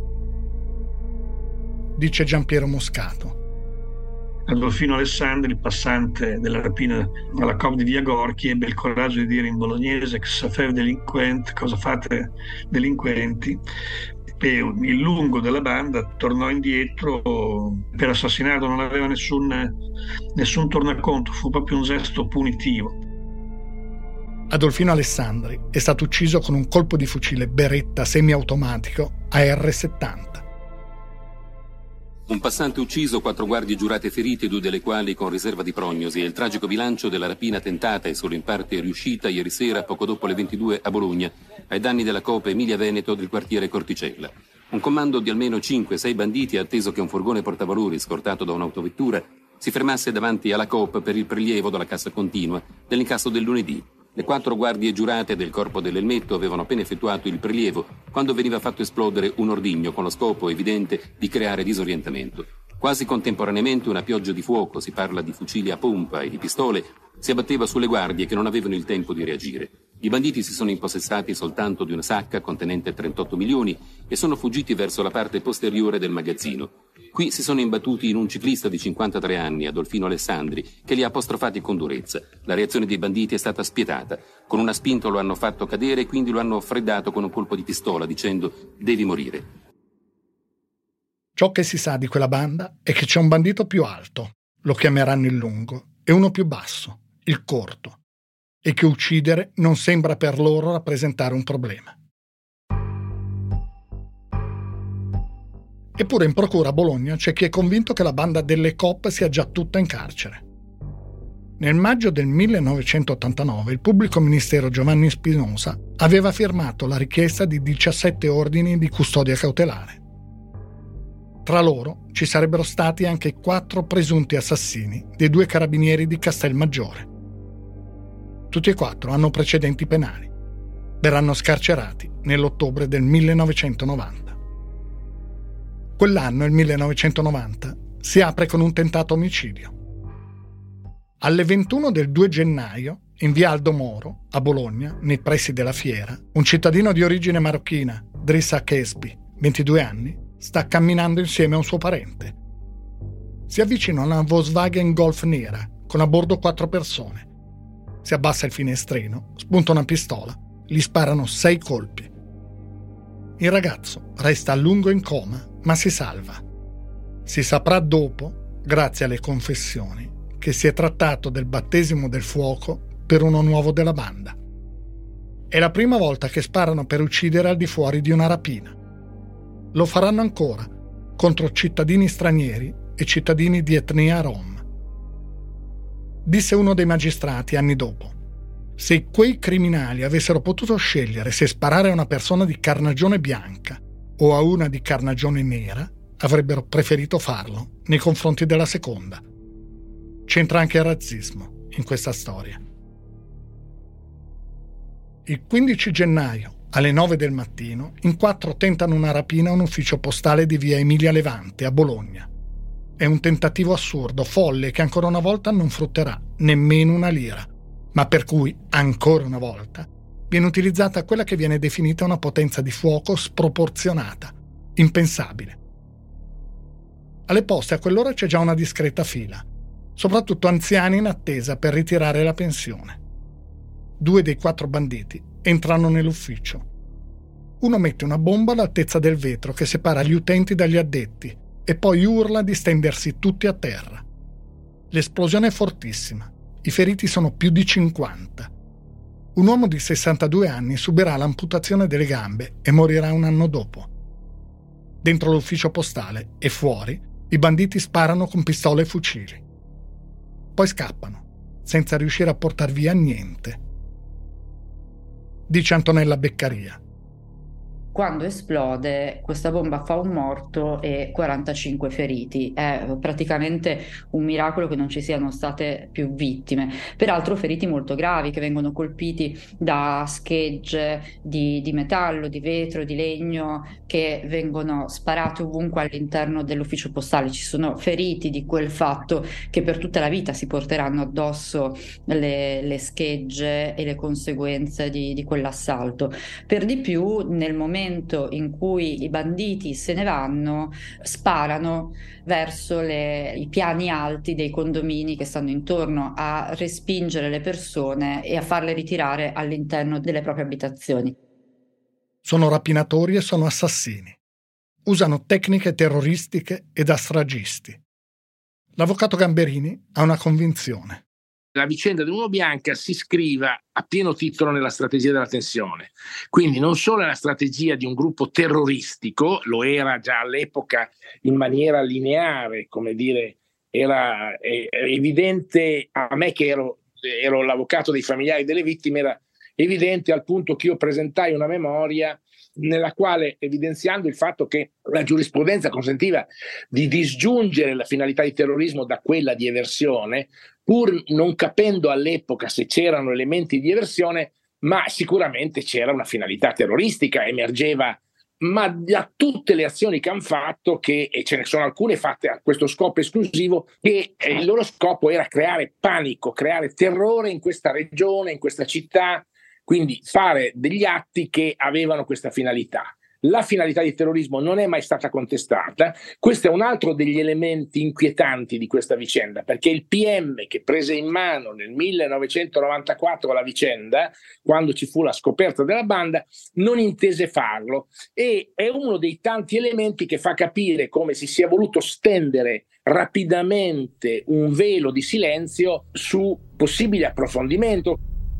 Dice Giampiero Moscato. Adolfino Alessandri, il passante della rapina alla Coop di via Gorchi, ebbe il coraggio di dire in bolognese che ça fait delinquent, cosa fate delinquenti, e il lungo della banda tornò indietro per assassinarlo, non aveva nessun, nessun tornaconto, fu proprio un gesto punitivo. Adolfino Alessandri è stato ucciso con un colpo di fucile Beretta semiautomatico A R settanta. Un passante ucciso, quattro guardie giurate ferite, due delle quali con riserva di prognosi, e il tragico bilancio della rapina tentata e solo in parte riuscita ieri sera, poco dopo le ventidue, a Bologna, ai danni della Coop Emilia Veneto del quartiere Corticella. Un comando di almeno cinque sei banditi ha atteso che un furgone portavalori scortato da un'autovettura si fermasse davanti alla Coop per il prelievo dalla cassa continua dell'incasso del lunedì. Le quattro guardie giurate del corpo dell'elmetto avevano appena effettuato il prelievo quando veniva fatto esplodere un ordigno con lo scopo evidente di creare disorientamento. Quasi contemporaneamente una pioggia di fuoco, si parla di fucili a pompa e di pistole, si abbatteva sulle guardie che non avevano il tempo di reagire. I banditi si sono impossessati soltanto di una sacca contenente trentotto milioni e sono fuggiti verso la parte posteriore del magazzino. Qui si sono imbattuti in un ciclista di cinquantatré anni, Adolfino Alessandri, che li ha apostrofati con durezza. La reazione dei banditi è stata spietata. Con una spinta lo hanno fatto cadere e quindi lo hanno freddato con un colpo di pistola dicendo «devi morire». Ciò che si sa di quella banda è che c'è un bandito più alto, lo chiameranno il lungo, e uno più basso, il corto, e che uccidere non sembra per loro rappresentare un problema. Eppure in procura a Bologna c'è chi è convinto che la banda delle Coop sia già tutta in carcere. Nel maggio del millenovecentottantanove il pubblico ministero Giovanni Spinosa aveva firmato la richiesta di diciassette ordini di custodia cautelare. Tra loro ci sarebbero stati anche quattro presunti assassini dei due carabinieri di Castelmaggiore. Tutti e quattro hanno precedenti penali. Verranno scarcerati nell'ottobre del millenovecentonovanta. Quell'anno, il millenovecentonovanta, si apre con un tentato omicidio. Alle ventuno del due gennaio, in via Aldo Moro, a Bologna, nei pressi della fiera, un cittadino di origine marocchina, Drissa Kesbi, ventidue anni, sta camminando insieme a un suo parente. Si avvicina a una Volkswagen Golf nera, con a bordo quattro persone. Si abbassa il finestrino, spunta una pistola, gli sparano sei colpi. Il ragazzo resta a lungo in coma, ma si salva. Si saprà dopo, grazie alle confessioni, che si è trattato del battesimo del fuoco per uno nuovo della banda. È la prima volta che sparano per uccidere al di fuori di una rapina. Lo faranno ancora contro cittadini stranieri e cittadini di etnia rom. Disse uno dei magistrati anni dopo: se quei criminali avessero potuto scegliere se sparare a una persona di carnagione bianca o a una di carnagione nera, avrebbero preferito farlo nei confronti della seconda. C'entra anche il razzismo in questa storia. Il quindici gennaio, alle nove del mattino, in quattro tentano una rapina a un ufficio postale di via Emilia Levante, a Bologna. È un tentativo assurdo, folle, che ancora una volta non frutterà nemmeno una lira, ma per cui, ancora una volta, viene utilizzata quella che viene definita una potenza di fuoco sproporzionata, impensabile. Alle poste a quell'ora c'è già una discreta fila, soprattutto anziani in attesa per ritirare la pensione. Due dei quattro banditi entrano nell'ufficio. Uno mette una bomba all'altezza del vetro che separa gli utenti dagli addetti e poi urla di stendersi tutti a terra. L'esplosione è fortissima. I feriti sono più di cinquanta. Un uomo di sessantadue anni subirà l'amputazione delle gambe e morirà un anno dopo. Dentro l'ufficio postale e fuori, i banditi sparano con pistole e fucili. Poi scappano, senza riuscire a portar via niente. Dice Antonella Beccaria. Quando esplode, questa bomba fa un morto e quarantacinque feriti. È praticamente un miracolo che non ci siano state più vittime. Peraltro feriti molto gravi, che vengono colpiti da schegge di, di metallo, di vetro, di legno, che vengono sparate ovunque all'interno dell'ufficio postale. Ci sono feriti di quel fatto che per tutta la vita si porteranno addosso le, le schegge e le conseguenze di, di quell'assalto. Per di più, nel momento in cui i banditi se ne vanno, sparano verso le, i piani alti dei condomini che stanno intorno, a respingere le persone e a farle ritirare all'interno delle proprie abitazioni. Sono rapinatori e sono assassini. Usano tecniche terroristiche e da stragisti. L'avvocato Gamberini ha una convinzione. La vicenda dell'Uno Bianca si iscriva a pieno titolo nella strategia della tensione. Quindi non solo è la strategia di un gruppo terroristico, lo era già all'epoca in maniera lineare, come dire, era è, è evidente a me che ero, ero l'avvocato dei familiari delle vittime, era evidente, al punto che io presentai una memoria nella quale, evidenziando il fatto che la giurisprudenza consentiva di disgiungere la finalità di terrorismo da quella di eversione, pur non capendo all'epoca se c'erano elementi di eversione, ma sicuramente c'era una finalità terroristica, emergeva, ma da tutte le azioni che hanno fatto, che, e ce ne sono alcune fatte a questo scopo esclusivo, che eh, il loro scopo era creare panico, creare terrore in questa regione, in questa città, quindi fare degli atti che avevano questa finalità. La finalità di terrorismo non è mai stata contestata. Questo è un altro degli elementi inquietanti di questa vicenda, perché il P M che prese in mano nel millenovecentonovantaquattro la vicenda, quando ci fu la scoperta della banda, non intese farlo, e è uno dei tanti elementi che fa capire come si sia voluto stendere rapidamente un velo di silenzio su possibile approfondimento.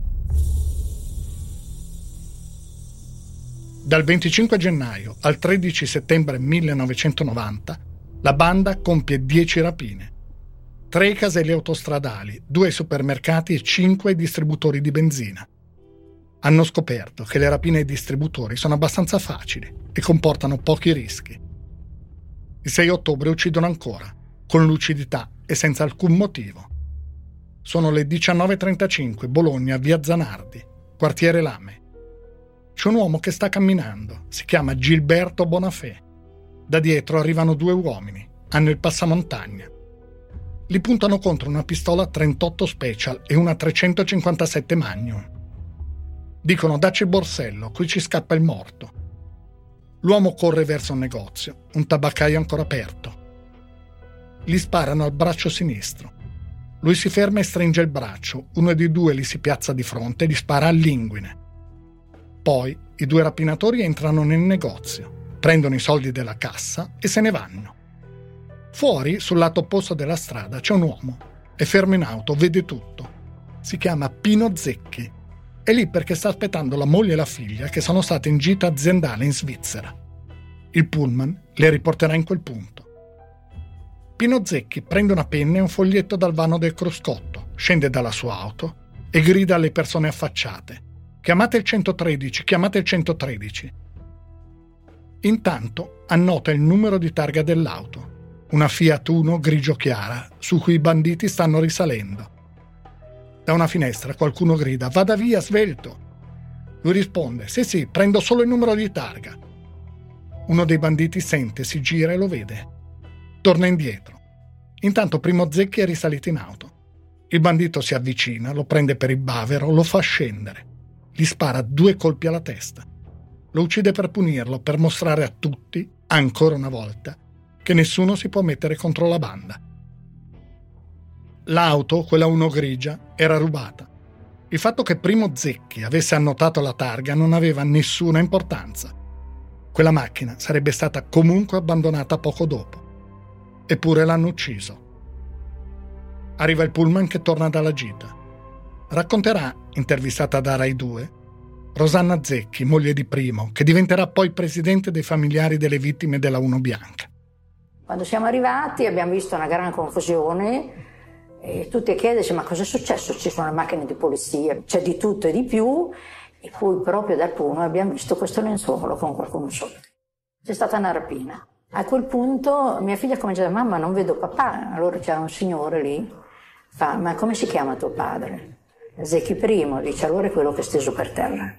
Dal venticinque gennaio al tredici settembre millenovecentonovanta la banda compie dieci rapine. Tre caselli autostradali, due supermercati e cinque distributori di benzina. Hanno scoperto che le rapine ai distributori sono abbastanza facili e comportano pochi rischi. Il sei ottobre uccidono ancora, con lucidità e senza alcun motivo. Sono le diciannove e trentacinque, Bologna, via Zanardi, quartiere Lame. C'è un uomo che sta camminando, si chiama Gilberto Bonafè. Da dietro arrivano due uomini, hanno il passamontagna. Li puntano contro una pistola trentotto Special e una trecentocinquantasette Magnum. Dicono: dacci il borsello, qui ci scappa il morto. L'uomo corre verso un negozio, un tabaccaio ancora aperto. Gli sparano al braccio sinistro. Lui si ferma e stringe il braccio, uno dei due gli si piazza di fronte e gli spara all'inguine. Poi i due rapinatori entrano nel negozio, prendono i soldi della cassa e se ne vanno. Fuori, sul lato opposto della strada, c'è un uomo. È fermo in auto, vede tutto. Si chiama Pino Zecchi. È lì perché sta aspettando la moglie e la figlia che sono state in gita aziendale in Svizzera. Il pullman le riporterà in quel punto. Pino Zecchi prende una penna e un foglietto dal vano del cruscotto, scende dalla sua auto e grida alle persone affacciate: chiamate il centotredici, chiamate il centotredici. Intanto annota il numero di targa dell'auto, una Fiat Uno grigio chiara, su cui i banditi stanno risalendo. Da una finestra qualcuno grida: vada via, svelto! Lui risponde: sì sì, prendo solo il numero di targa. Uno dei banditi sente, si gira e lo vede. Torna indietro. Intanto Primo Zecchi è risalito in auto. Il bandito si avvicina, lo prende per il bavero, lo fa scendere. Gli spara due colpi alla testa. Lo uccide per punirlo, per mostrare a tutti, ancora una volta, che nessuno si può mettere contro la banda. L'auto, quella Uno grigia, era rubata. Il fatto che Primo Zecchi avesse annotato la targa non aveva nessuna importanza. Quella macchina sarebbe stata comunque abbandonata poco dopo. Eppure l'hanno ucciso. Arriva il pullman che torna dalla gita. Racconterà, intervistata da Rai due, Rosanna Zecchi, moglie di Primo, che diventerà poi presidente dei familiari delle vittime della Uno bianca. Quando siamo arrivati abbiamo visto una gran confusione e tutti a chiedersi: ma cosa è successo? Ci sono le macchine di polizia, c'è di tutto e di più, e poi proprio dal Puno abbiamo visto questo lenzuolo con qualcuno sotto. C'è stata una rapina. A quel punto mia figlia comincia a dire: mamma, non vedo papà. Allora c'era un signore lì, fa: ma come si chiama tuo padre? Zecchi Primo. Dice: allora è quello che è steso per terra.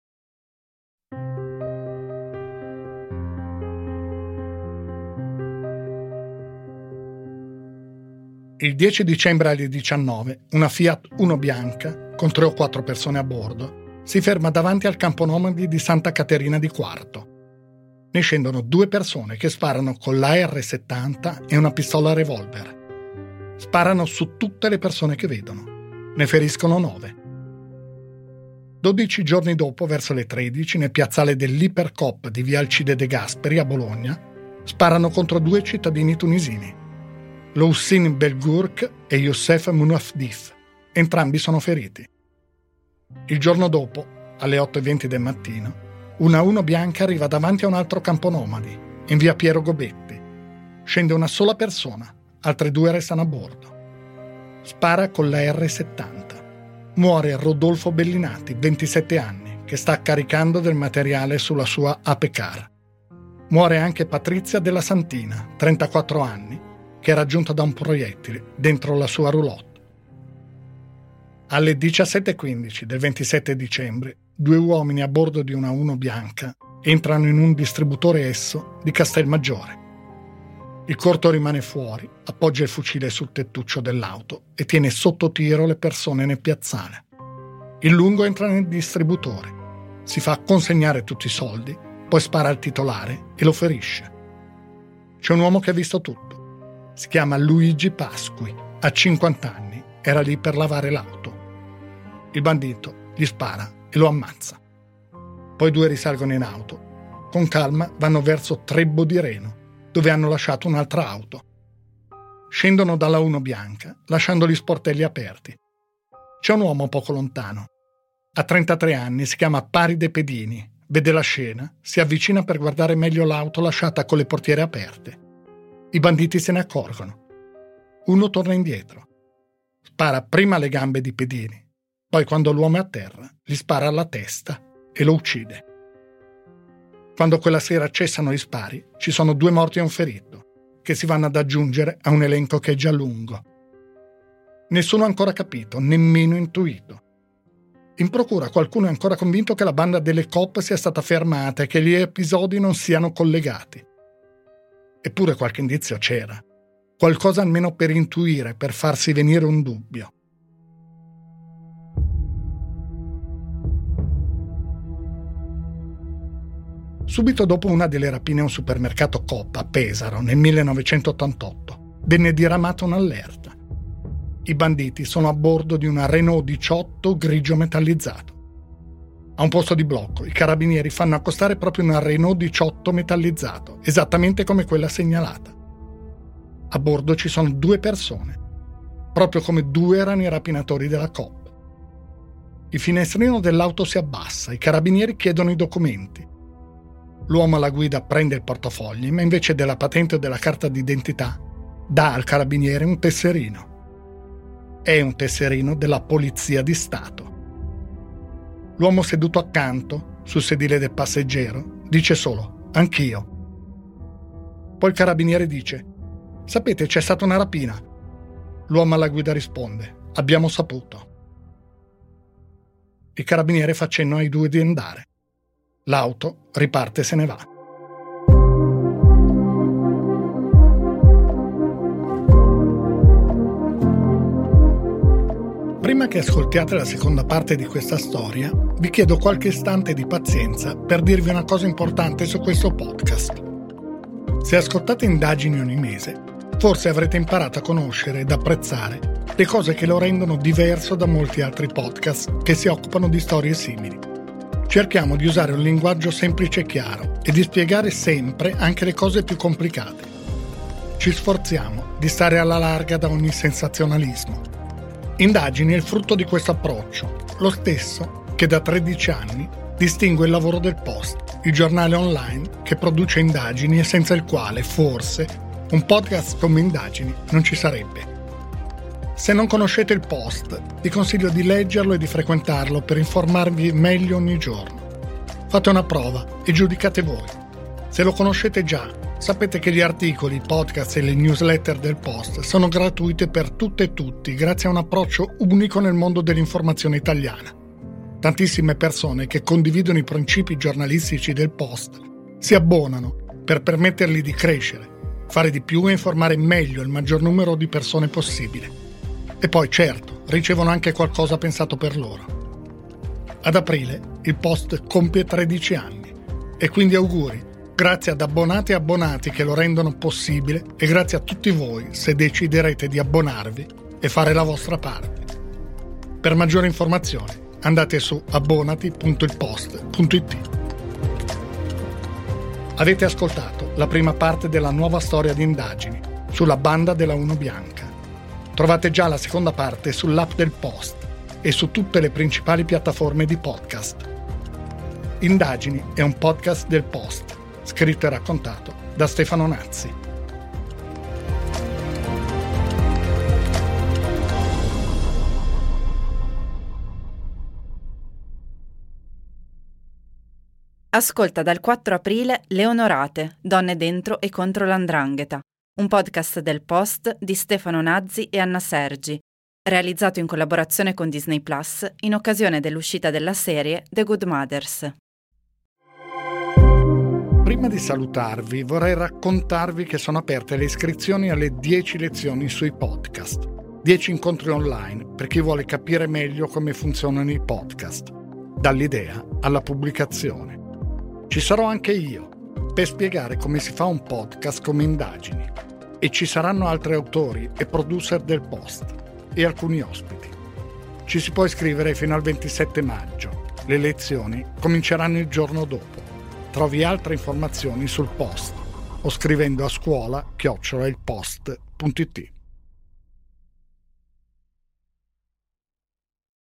Il dieci dicembre alle diciannove, una Fiat Uno bianca, con tre o quattro persone a bordo, si ferma davanti al campo nomadi di Santa Caterina di Quarto. Ne scendono due persone che sparano con l'A R settanta e una pistola revolver. Sparano su tutte le persone che vedono. Ne feriscono nove. Dodici giorni dopo, verso le tredici, nel piazzale dell'Ipercop di via Alcide De Gasperi a Bologna, sparano contro due cittadini tunisini, Loussine Belgourk e Youssef Mounafdif. Entrambi sono feriti. Il giorno dopo, alle otto e venti del mattino, una Uno bianca arriva davanti a un altro campo nomadi, in via Piero Gobetti. Scende una sola persona, altre due restano a bordo. Spara con l'A R settanta. muore Rodolfo Bellinati, ventisette anni, che sta caricando del materiale sulla sua Apecar. Muore anche Patrizia della Santina, trentaquattro anni, che è raggiunta da un proiettile dentro la sua roulotte. Alle diciassette e quindici del ventisette dicembre, due uomini a bordo di una Uno bianca entrano in un distributore esso di Castelmaggiore. Il corto rimane fuori, appoggia il fucile sul tettuccio dell'auto e tiene sotto tiro le persone nel piazzale. Il lungo entra nel distributore, si fa consegnare tutti i soldi, poi spara al titolare e lo ferisce. C'è un uomo che ha visto tutto. Si chiama Luigi Pasqui, ha cinquanta anni, era lì per lavare l'auto. Il bandito gli spara e lo ammazza. Poi due risalgono in auto. Con calma vanno verso Trebbo di Reno, dove hanno lasciato un'altra auto. Scendono dalla Uno bianca, lasciando gli sportelli aperti. C'è un uomo poco lontano. Ha trentatré anni, si chiama Paride Pedini, vede la scena, si avvicina per guardare meglio l'auto lasciata con le portiere aperte. I banditi se ne accorgono. Uno torna indietro. Spara prima alle gambe di Pedini, poi quando l'uomo è a terra, gli spara alla testa e lo uccide. Quando quella sera cessano gli spari, ci sono due morti e un ferito, che si vanno ad aggiungere a un elenco che è già lungo. Nessuno ha ancora capito, nemmeno intuito. In procura qualcuno è ancora convinto che la banda delle Coop sia stata fermata e che gli episodi non siano collegati. Eppure qualche indizio c'era, qualcosa almeno per intuire, per farsi venire un dubbio. Subito dopo una delle rapine a un supermercato Coop a Pesaro nel millenovecentottantotto venne diramata un'allerta. I banditi sono a bordo di una Renault diciotto grigio metallizzato. A un posto di blocco i carabinieri fanno accostare proprio una Renault diciotto metallizzato, esattamente come quella segnalata. A bordo ci sono due persone, proprio come due erano i rapinatori della Coop. Il finestrino dell'auto si abbassa, i carabinieri chiedono i documenti. L'uomo alla guida prende il portafogli, ma invece della patente o della carta d'identità dà al carabiniere un tesserino. È un tesserino della Polizia di Stato. L'uomo seduto accanto, sul sedile del passeggero, dice solo «Anch'io». Poi il carabiniere dice «Sapete, c'è stata una rapina». L'uomo alla guida risponde «Abbiamo saputo». Il carabiniere fa cenno ai due di andare. L'auto riparte e se ne va. Prima che ascoltiate la seconda parte di questa storia, vi chiedo qualche istante di pazienza per dirvi una cosa importante su questo podcast. Se ascoltate Indagini ogni mese, forse avrete imparato a conoscere ed apprezzare le cose che lo rendono diverso da molti altri podcast che si occupano di storie simili. Cerchiamo di usare un linguaggio semplice e chiaro e di spiegare sempre anche le cose più complicate. Ci sforziamo di stare alla larga da ogni sensazionalismo. Indagini è il frutto di questo approccio, lo stesso che da tredici anni distingue il lavoro del Post, il giornale online che produce indagini e senza il quale, forse, un podcast come Indagini non ci sarebbe. Se non conoscete il Post, vi consiglio di leggerlo e di frequentarlo per informarvi meglio ogni giorno. Fate una prova e giudicate voi. Se lo conoscete già, sapete che gli articoli, i podcast e le newsletter del Post sono gratuite per tutte e tutti grazie a un approccio unico nel mondo dell'informazione italiana. Tantissime persone che condividono i principi giornalistici del Post si abbonano per permettergli di crescere, fare di più e informare meglio il maggior numero di persone possibile. E poi, certo, ricevono anche qualcosa pensato per loro. Ad aprile il Post compie tredici anni e quindi auguri, grazie ad abbonati e abbonati che lo rendono possibile e grazie a tutti voi se deciderete di abbonarvi e fare la vostra parte. Per maggiori informazioni andate su abbonati punto il post punto it. Avete ascoltato la prima parte della nuova storia di Indagini sulla banda della Uno bianca. Trovate già la seconda parte sull'app del Post e su tutte le principali piattaforme di podcast. Indagini è un podcast del Post, scritto e raccontato da Stefano Nazzi. Ascolta dal quattro aprile Le Onorate, donne dentro e contro l'andrangheta, un podcast del Post di Stefano Nazzi e Anna Sergi, realizzato in collaborazione con Disney Plus in occasione dell'uscita della serie The Good Mothers. Prima di salutarvi vorrei raccontarvi che sono aperte le iscrizioni alle dieci lezioni sui podcast, dieci incontri online per chi vuole capire meglio come funzionano i podcast, dall'idea alla pubblicazione. Ci sarò anche io per spiegare come si fa un podcast come indagini e ci saranno altri autori e producer del Post e alcuni ospiti. Ci si può iscrivere fino al ventisette maggio. Le lezioni cominceranno il giorno dopo. Trovi altre informazioni sul Post o scrivendo a scuola chiocciola il post punto it.